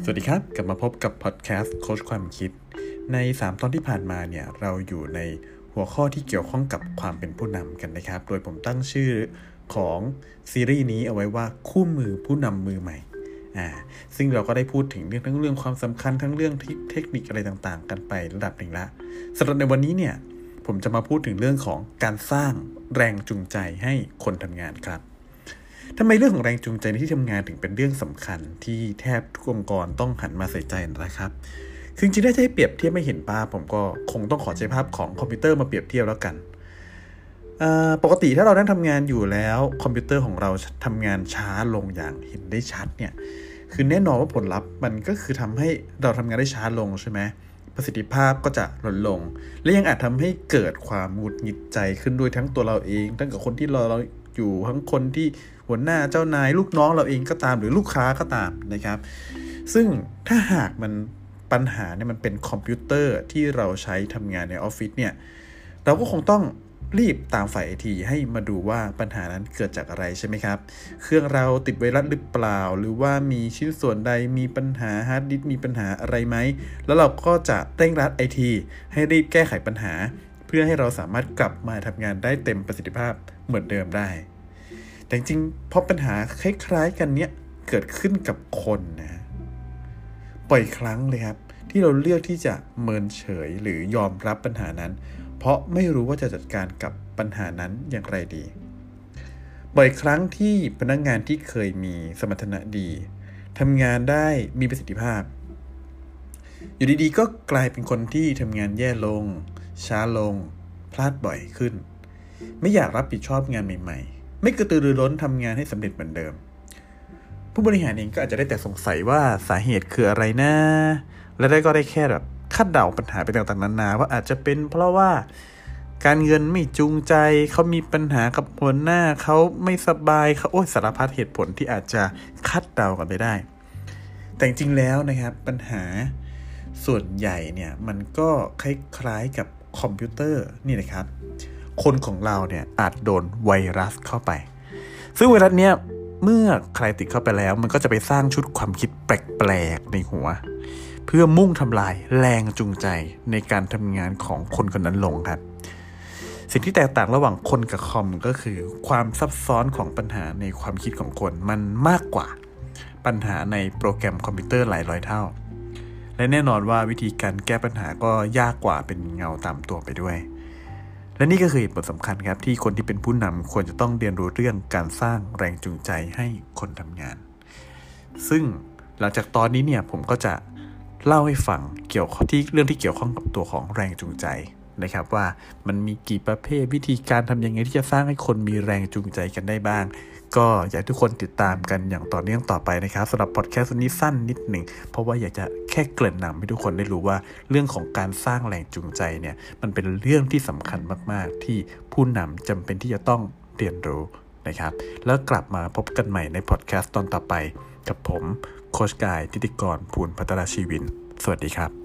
สวัสดีครับกลับมาพบกับพอดแคสต์โค้ชความคิดใน3ตอนที่ผ่านมาเนี่ยเราอยู่ในหัวข้อที่เกี่ยวข้องกับความเป็นผู้นำกันนะครับโดยผมตั้งชื่อของซีรีส์นี้เอาไว้ว่าคู่มือผู้นำมือใหม่ซึ่งเราก็ได้พูดถึงทั้งเรื่องความสำคัญทั้งเรื่องเทคนิคอะไรต่างๆกันไประดับหนึ่งละสำหรับในวันนี้เนี่ยผมจะมาพูดถึงเรื่องของการสร้างแรงจูงใจให้คนทำงานครับทำไมเรื่องของแรงจูงใจในที่ทำงานถึงเป็นเรื่องสำคัญที่แทบทุกองค์กรต้องหันมาใส่ใจนะครับคือจริงๆถ้าจะให้เปรียบเทียบไม่เห็นภาพผมก็คงต้องขอใช้ภาพของคอมพิวเตอร์มาเปรียบเทียบแล้วกันปกติถ้าเรานั่งทำงานอยู่แล้วคอมพิวเตอร์ของเราทำงานช้าลงอย่างเห็นได้ชัดเนี่ยคือแน่นอนว่าผลลัพธ์มันก็คือทำให้เราทำงานได้ช้าลงใช่ไหมประสิทธิภาพก็จะลดลงและยังอาจทำให้เกิดความหงุดหงิดใจขึ้นด้วยทั้งตัวเราเองทั้งกับคนที่เราอยู่ทั้งคนที่หัวหน้าเจ้านายลูกน้องเราเองก็ตามหรือลูกค้าก็ตามนะครับซึ่งถ้าหากมันปัญหาเนี่ยมันเป็นคอมพิวเตอร์ที่เราใช้ทำงานในออฟฟิศเนี่ยเราก็คงต้องรีบตามฝ่าย IT ให้มาดูว่าปัญหานั้นเกิดจากอะไรใช่ไหมครับเครื่องเราติดไวรัสหรือเปล่าหรือว่ามีชิ้นส่วนใดมีปัญหาฮาร์ดดิสก์มีปัญหาอะไรไหมแล้วเราก็จะเร่งรัด IT ให้รีบแก้ไขปัญหาเพื่อให้เราสามารถกลับมาทำงานได้เต็มประสิทธิภาพเหมือนเดิมได้แต่จริงๆพอปัญหาคล้ายๆกันเนี้ยเกิดขึ้นกับคนนะบ่อยครั้งเลยครับที่เราเลือกที่จะเมินเฉยหรือยอมรับปัญหานั้นเพราะไม่รู้ว่าจะจัดการกับปัญหานั้นอย่างไรดีบ่อยครั้งที่พนักงานที่เคยมีสมรรถนะดีทำงานได้มีประสิทธิภาพอยู่ดีๆก็กลายเป็นคนที่ทำงานแย่ลงช้าลงพลาดบ่อยขึ้นไม่อยากรับผิดชอบงานใหม่ๆไม่กระตือรือร้นทำงานให้สำเร็จเหมือนเดิมผู้บริหารเองก็อาจจะได้แต่สงสัยว่าสาเหตุคืออะไรนะและก็ได้แค่แบบคาดเดาปัญหาไปต่างๆนานาว่าอาจจะเป็นเพราะว่าการเงินไม่จูงใจเขามีปัญหากับหัวหน้าเขาไม่สบายเขาสารพัดเหตุผลที่อาจจะคาดเดากันไปได้แต่จริงๆแล้วนะครับปัญหาส่วนใหญ่เนี่ยมันก็คล้ายๆกับคอมพิวเตอร์นี่นะครับคนของเราเนี่ยอาจโดนไวรัสเข้าไปซึ่งไวรัสเนี่ยเมื่อใครติดเข้าไปแล้วมันก็จะไปสร้างชุดความคิดแปลกๆในหัวเพื่อมุ่งทำลายแรงจูงใจในการทำงานของคนคนนั้นลงครับสิ่งที่แตกต่างระหว่างคนกับคอมก็คือความซับซ้อนของปัญหาในความคิดของคนมันมากกว่าปัญหาในโปรแกรมคอมพิวเตอร์หลายร้อยเท่าและแน่นอนว่าวิธีการแก้ปัญหาก็ยากกว่าเป็นเงาตามตัวไปด้วยและนี่ก็คือเหตุผลสำคัญครับที่คนที่เป็นผู้นำควรจะต้องเรียนรู้เรื่องการสร้างแรงจูงใจให้คนทำงานซึ่งหลังจากตอนนี้เนี่ยผมก็จะเล่าให้ฟังเกี่ยวข้องที่เรื่องที่เกี่ยวข้องกับตัวของแรงจูงใจนะครับว่ามันมีกี่ประเภทวิธีการทำยังไงที่จะสร้างให้คนมีแรงจูงใจกันได้บ้างก็อยากให้ทุกคนติดตามกันอย่างต่อเนื่องต่อไปนะครับสำหรับพอดแคสต์นี้สั้นนิดหนึ่งเพราะว่าอยากจะแค่เกริ่นนำให้ทุกคนได้รู้ว่าเรื่องของการสร้างแรงจูงใจเนี่ยมันเป็นเรื่องที่สำคัญมากๆที่ผู้นำจำเป็นที่จะต้องเรียนรู้นะครับแล้วกลับมาพบกันใหม่ในพอดแคสต์ตอนต่อไปกับผมโค้ชกายทิติกร ภูลพัฒนาชีวินสวัสดีครับ